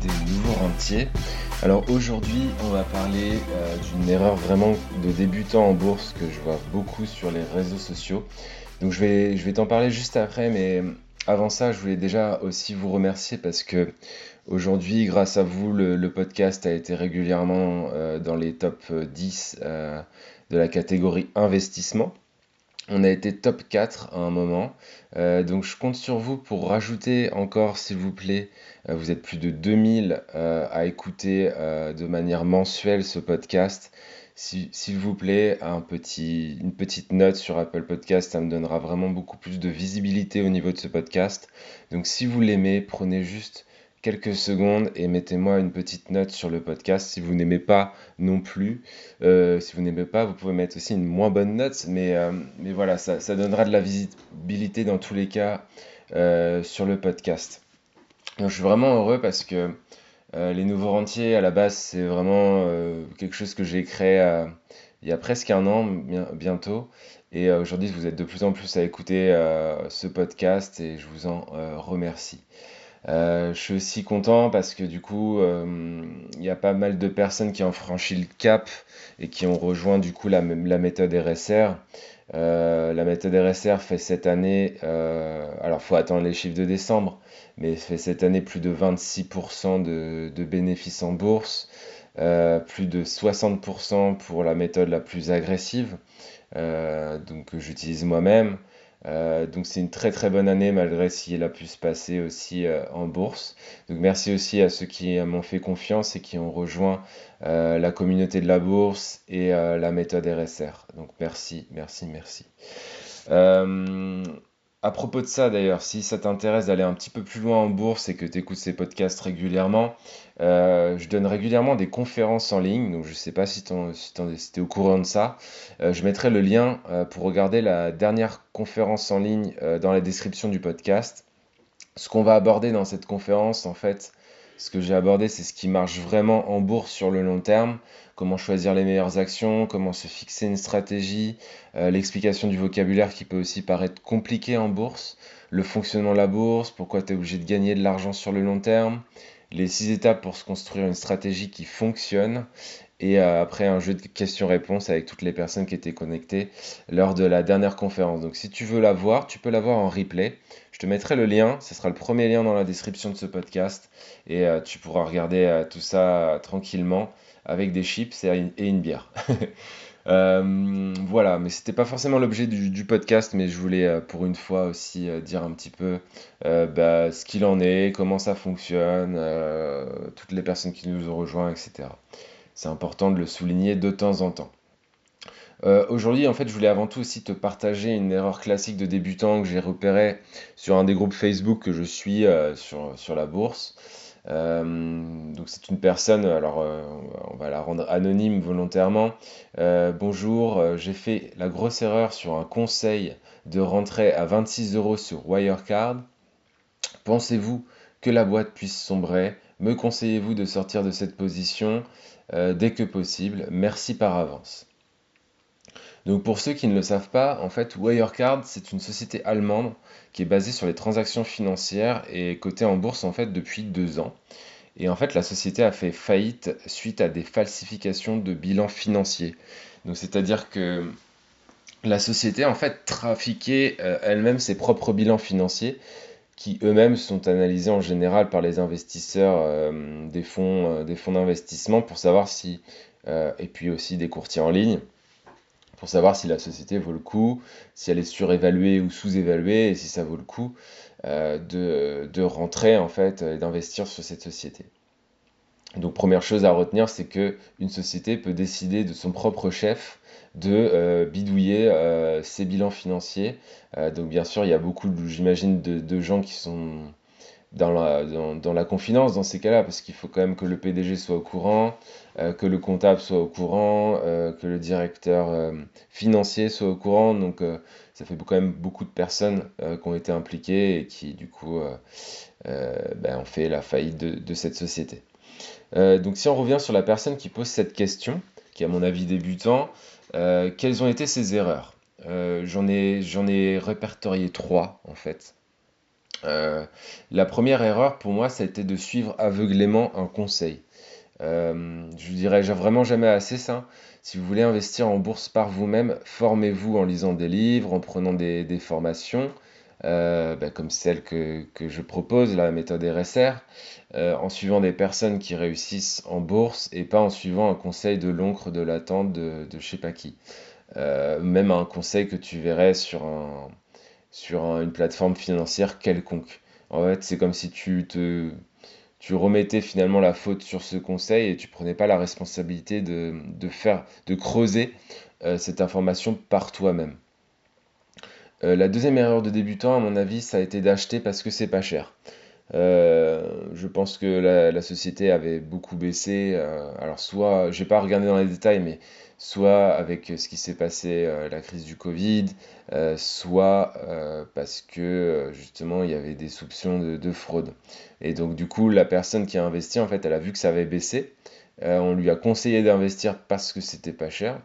des nouveaux rentiers. Alors aujourd'hui, on va parler d'une erreur vraiment de débutant en bourse que je vois beaucoup sur les réseaux sociaux. Donc je vais t'en parler juste après, mais avant ça, je voulais déjà aussi vous remercier parce que aujourd'hui, grâce à vous, le podcast a été régulièrement dans les top 10 de la catégorie investissement. On a été top 4 à un moment, donc je compte sur vous pour rajouter encore, s'il vous plaît. Vous êtes plus de 2000 à écouter de manière mensuelle ce podcast. S'il vous plaît, une petite note sur Apple Podcast, ça me donnera vraiment beaucoup plus de visibilité au niveau de ce podcast. Donc si vous l'aimez, prenez juste quelques secondes et mettez-moi une petite note sur le podcast. Si vous n'aimez pas non plus, si vous n'aimez pas, vous pouvez mettre aussi une moins bonne note, mais voilà, ça donnera de la visibilité dans tous les cas sur le podcast. Donc, je suis vraiment heureux parce que les nouveaux rentiers, à la base, c'est vraiment quelque chose que j'ai créé il y a presque un an, bientôt. Et aujourd'hui, vous êtes de plus en plus à écouter ce podcast et je vous en remercie. Je suis aussi content parce que du coup, il y a pas mal de personnes qui ont franchi le cap et qui ont rejoint du coup la méthode RSR. La méthode RSR fait cette année, alors faut attendre les chiffres de décembre, mais fait cette année plus de 26% de bénéfices en bourse, plus de 60% pour la méthode la plus agressive, donc que j'utilise moi-même. Donc c'est une très très bonne année malgré ce qu'il a pu se passer aussi en bourse. Donc merci aussi à ceux qui m'ont fait confiance et qui ont rejoint la communauté de la bourse et la méthode RSR. Donc merci, merci, merci. Euh, à propos de ça d'ailleurs, si ça t'intéresse d'aller un petit peu plus loin en bourse et que tu écoutes ces podcasts régulièrement, je donne régulièrement des conférences en ligne, donc je ne sais pas si tu es au courant de ça. Je mettrai le lien pour regarder la dernière conférence en ligne dans la description du podcast. Ce qu'on va aborder dans cette conférence, en fait, ce que j'ai abordé, c'est ce qui marche vraiment en bourse sur le long terme, comment choisir les meilleures actions, comment se fixer une stratégie, l'explication du vocabulaire qui peut aussi paraître compliqué en bourse, le fonctionnement de la bourse, pourquoi tu es obligé de gagner de l'argent sur le long terme, les 6 étapes pour se construire une stratégie qui fonctionne, et après un jeu de questions-réponses avec toutes les personnes qui étaient connectées lors de la dernière conférence. Donc si tu veux la voir, tu peux la voir en replay. Je te mettrai le lien, ce sera le premier lien dans la description de ce podcast et tu pourras regarder tout ça tranquillement avec des chips et une bière. Voilà, mais c'était pas forcément l'objet du podcast, mais je voulais pour une fois aussi dire un petit peu ce qu'il en est, comment ça fonctionne, toutes les personnes qui nous ont rejoints, etc. C'est important de le souligner de temps en temps. Aujourd'hui, en fait, je voulais avant tout aussi te partager une erreur classique de débutant que j'ai repérée sur un des groupes Facebook que je suis sur la bourse. Donc c'est une personne, alors on va la rendre anonyme volontairement. Bonjour, j'ai fait la grosse erreur sur un conseil de rentrer à 26 euros sur Wirecard. Pensez-vous que la boîte puisse sombrer? Me conseillez-vous de sortir de cette position dès que possible? Merci par avance. Donc pour ceux qui ne le savent pas, en fait, Wirecard, c'est une société allemande qui est basée sur les transactions financières et cotée en bourse en fait depuis 2 ans. Et en fait, la société a fait faillite suite à des falsifications de bilans financiers. Donc c'est-à-dire que la société en fait trafiquait elle-même ses propres bilans financiers qui eux-mêmes sont analysés en général par les investisseurs des fonds d'investissement pour savoir si, et puis aussi des courtiers en ligne, pour savoir si la société vaut le coup, si elle est surévaluée ou sous-évaluée, et si ça vaut le coup de rentrer en fait et d'investir sur cette société. Donc première chose à retenir, c'est que une société peut décider de son propre chef de bidouiller ses bilans financiers. Donc bien sûr, il y a beaucoup, j'imagine, de gens qui sont dans la confidence dans ces cas-là, parce qu'il faut quand même que le PDG soit au courant, que le comptable soit au courant, que le directeur financier soit au courant. Donc ça fait quand même beaucoup de personnes qui ont été impliquées et qui du coup ont fait la faillite de cette société. Donc si on revient sur la personne qui pose cette question, qui est à mon avis débutant, quelles ont été ses erreurs? J'en ai répertorié trois en fait. Euh, la première erreur pour moi, ça a été de suivre aveuglément un conseil. Je dirais vraiment jamais assez ça. Si vous voulez investir en bourse par vous-même, formez-vous en lisant des livres, en prenant des formations, comme celle que je propose, la méthode RSR, en suivant des personnes qui réussissent en bourse et pas en suivant un conseil de l'oncle de la tante de je sais pas qui. Même un conseil que tu verrais une plateforme financière quelconque. En fait, c'est comme si tu remettais finalement la faute sur ce conseil et tu prenais pas la responsabilité de creuser cette information par toi-même. La deuxième erreur de débutant, à mon avis, ça a été d'acheter parce que c'est pas cher. Je pense que la société avait beaucoup baissé. Alors soit, j'ai pas regardé dans les détails, mais soit avec ce qui s'est passé, la crise du Covid, soit parce que justement il y avait des soupçons de fraude. Et donc du coup, la personne qui a investi, en fait, elle a vu que ça avait baissé. On lui a conseillé d'investir parce que c'était pas cher.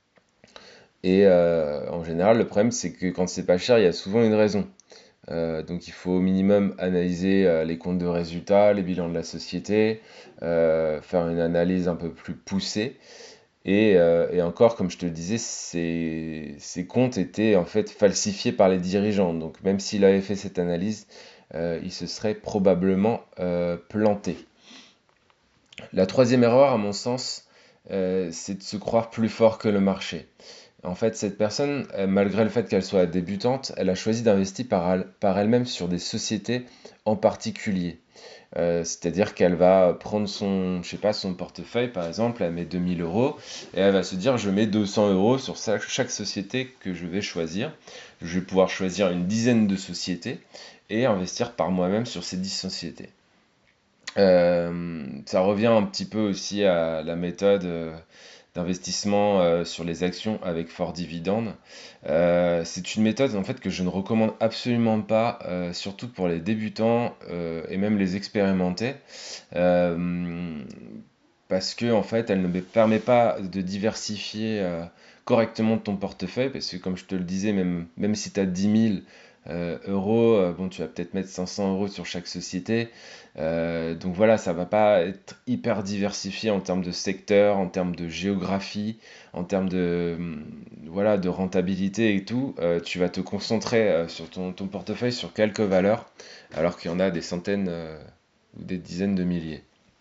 Et en général, le problème, c'est que quand c'est pas cher, il y a souvent une raison. Donc il faut au minimum analyser les comptes de résultats, les bilans de la société, faire une analyse un peu plus poussée. Et encore, comme je te le disais, ces comptes étaient en fait falsifiés par les dirigeants. Donc même s'il avait fait cette analyse, il se serait probablement planté. La troisième erreur, à mon sens, c'est de se croire plus fort que le marché. En fait, cette personne, malgré le fait qu'elle soit débutante, elle a choisi d'investir par elle-même sur des sociétés en particulier. C'est-à-dire qu'elle va prendre je sais pas, son portefeuille, par exemple, elle met 2 000 € et elle va se dire, je mets 200 € sur chaque société que je vais choisir. Je vais pouvoir choisir une dizaine de sociétés et investir par moi-même sur ces 10 sociétés. Ça revient un petit peu aussi à la méthode d'investissement sur les actions avec fort dividende. C'est une méthode en fait que je ne recommande absolument pas, surtout pour les débutants et même les expérimentés, euh, parce que en fait elle ne me permet pas de diversifier correctement ton portefeuille, parce que comme je te le disais, même si tu as 10 000 euros, bon, tu vas peut-être mettre 500 € sur chaque société. Donc voilà, ça va pas être hyper diversifié en termes de secteur, en termes de géographie, en termes voilà, de rentabilité et tout. Tu vas te concentrer sur ton portefeuille sur quelques valeurs, alors qu'il y en a des centaines ou des dizaines de milliers.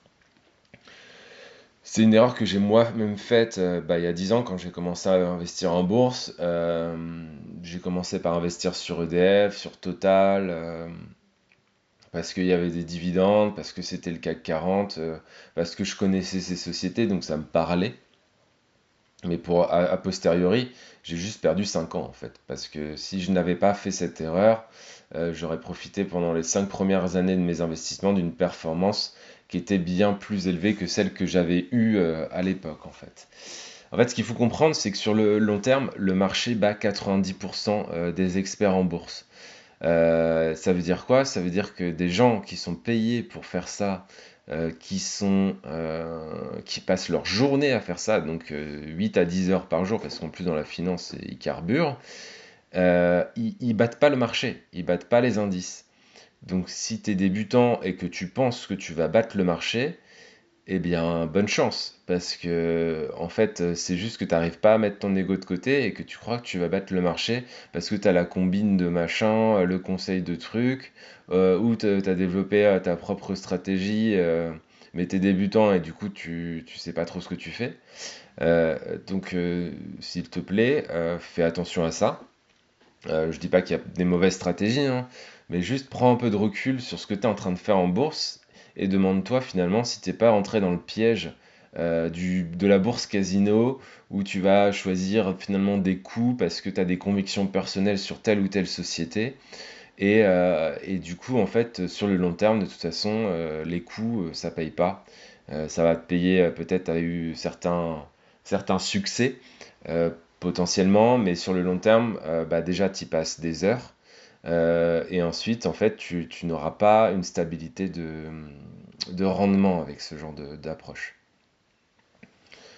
C'est une erreur que j'ai moi-même faite il y a 10 ans quand j'ai commencé à investir en bourse. J'ai commencé par investir sur EDF, sur Total, parce qu'il y avait des dividendes, parce que c'était le CAC 40, parce que je connaissais ces sociétés, donc ça me parlait. Mais a posteriori, j'ai juste perdu 5 ans en fait. Parce que si je n'avais pas fait cette erreur, j'aurais profité pendant les 5 premières années de mes investissements d'une performance qui était bien plus élevée que celle que j'avais eue à l'époque en fait. En fait, ce qu'il faut comprendre, c'est que sur le long terme, le marché bat 90% des experts en bourse. Ça veut dire quoi? Ça veut dire que des gens qui sont payés pour faire ça, qui passent leur journée à faire ça, donc 8 à 10 heures par jour, parce qu'en plus dans la finance, ils carburent, ils battent pas le marché, ils battent pas les indices. Donc si tu es débutant et que tu penses que tu vas battre le marché, eh bien, bonne chance, parce que en fait, c'est juste que tu n'arrives pas à mettre ton ego de côté et que tu crois que tu vas battre le marché parce que tu as la combine de machin, le conseil de trucs, ou tu as développé ta propre stratégie, mais tu es débutant et du coup tu sais pas trop ce que tu fais. Donc, s'il te plaît, fais attention à ça. Je dis pas qu'il y a des mauvaises stratégies, hein, mais juste prends un peu de recul sur ce que tu es en train de faire en bourse et demande-toi finalement si t'es pas rentré dans le piège de la bourse casino où tu vas choisir finalement des coups parce que tu as des convictions personnelles sur telle ou telle société et du coup en fait sur le long terme de toute façon les coups ça paye pas. Ça va te payer peut-être, tu as eu certains succès euh, potentiellement, mais sur le long terme, déjà tu y passes des heures. Et ensuite, en fait, tu n'auras pas une stabilité de rendement avec ce genre d'approche.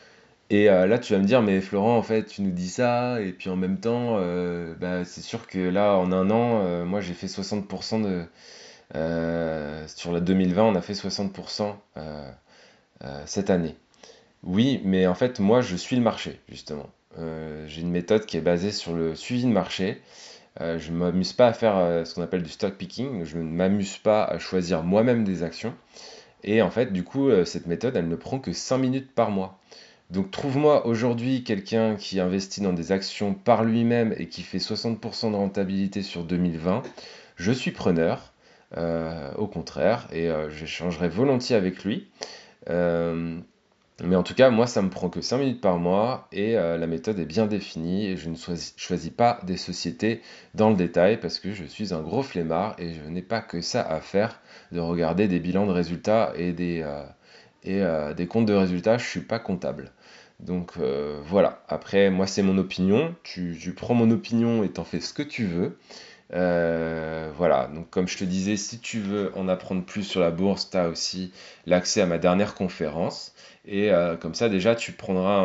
Et là, tu vas me dire, mais Florent, en fait, tu nous dis ça, et puis en même temps, bah, c'est sûr que là, en un an, moi, j'ai fait 60% sur la 2020, on a fait 60% cette année. Oui, mais en fait, moi, je suis le marché, justement. J'ai une méthode qui est basée sur le suivi de marché. Je ne m'amuse pas à faire ce qu'on appelle du stock picking. Je ne m'amuse pas à choisir moi-même des actions. Et en fait, du coup, cette méthode, elle ne prend que 5 minutes par mois. Donc trouve-moi aujourd'hui quelqu'un qui investit dans des actions par lui-même et qui fait 60% de rentabilité sur 2020. Je suis preneur, au contraire, et j'échangerai volontiers avec lui. Euh, mais en tout cas, moi, ça me prend que 5 minutes par mois et la méthode est bien définie et je ne choisis pas des sociétés dans le détail parce que je suis un gros flemmard et je n'ai pas que ça à faire de regarder des bilans de résultats et des comptes de résultats. Je suis pas comptable. Donc voilà. Après, moi, c'est mon opinion. Tu prends mon opinion et t'en fais ce que tu veux. Voilà, donc comme je te disais, si tu veux en apprendre plus sur la bourse, tu as aussi l'accès à ma dernière conférence. Et comme ça, déjà, tu prendras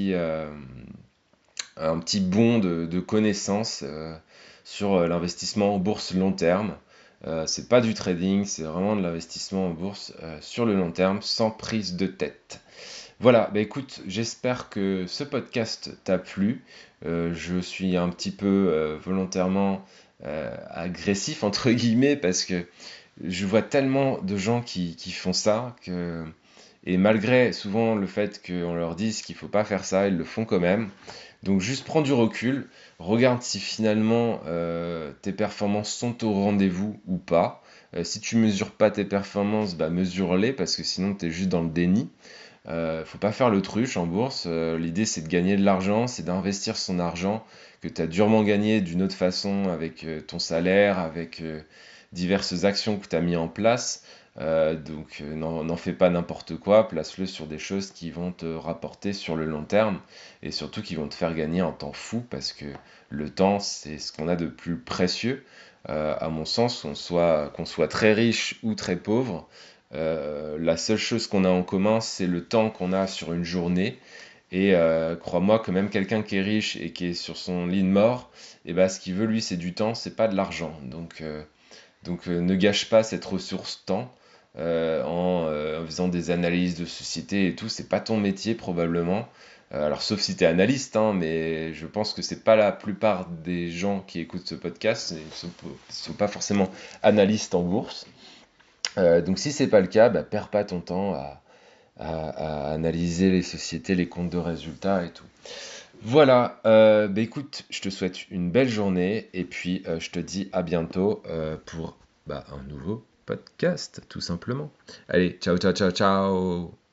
un petit bond de connaissances sur l'investissement en bourse long terme. C'est pas du trading, c'est vraiment de l'investissement en bourse sur le long terme, sans prise de tête. Voilà, bah écoute, j'espère que ce podcast t'a plu. Je suis un petit peu volontairement agressif, entre guillemets, parce que je vois tellement de gens qui font ça, et malgré souvent le fait qu'on leur dise qu'il ne faut pas faire ça, ils le font quand même. Donc juste prends du recul, regarde si finalement tes performances sont au rendez-vous ou pas. Si tu mesures pas tes performances, bah mesure-les parce que sinon tu es juste dans le déni. Faut pas faire l'autruche en bourse. L'idée, c'est de gagner de l'argent, c'est d'investir son argent que tu as durement gagné d'une autre façon avec ton salaire, avec diverses actions que tu as mis en place. Donc, n'en fais pas n'importe quoi, place-le sur des choses qui vont te rapporter sur le long terme et surtout qui vont te faire gagner un temps fou parce que le temps, c'est ce qu'on a de plus précieux. À mon sens, qu'on soit très riche ou très pauvre, la seule chose qu'on a en commun, c'est le temps qu'on a sur une journée. Et crois-moi que même quelqu'un qui est riche et qui est sur son lit de mort, et ben, ce qu'il veut lui, c'est du temps, c'est pas de l'argent. Donc ne gâche pas cette ressource temps en faisant des analyses de société et tout. C'est pas ton métier probablement. Alors sauf si tu es analyste, hein, mais je pense que c'est pas la plupart des gens qui écoutent ce podcast, ils sont pas forcément analystes en bourse. Donc si c'est pas le cas, bah, perds pas ton temps à analyser les sociétés, les comptes de résultats et tout. Voilà, bah écoute, je te souhaite une belle journée et puis je te dis à bientôt pour bah, un nouveau podcast, tout simplement. Allez, ciao, ciao, ciao, ciao!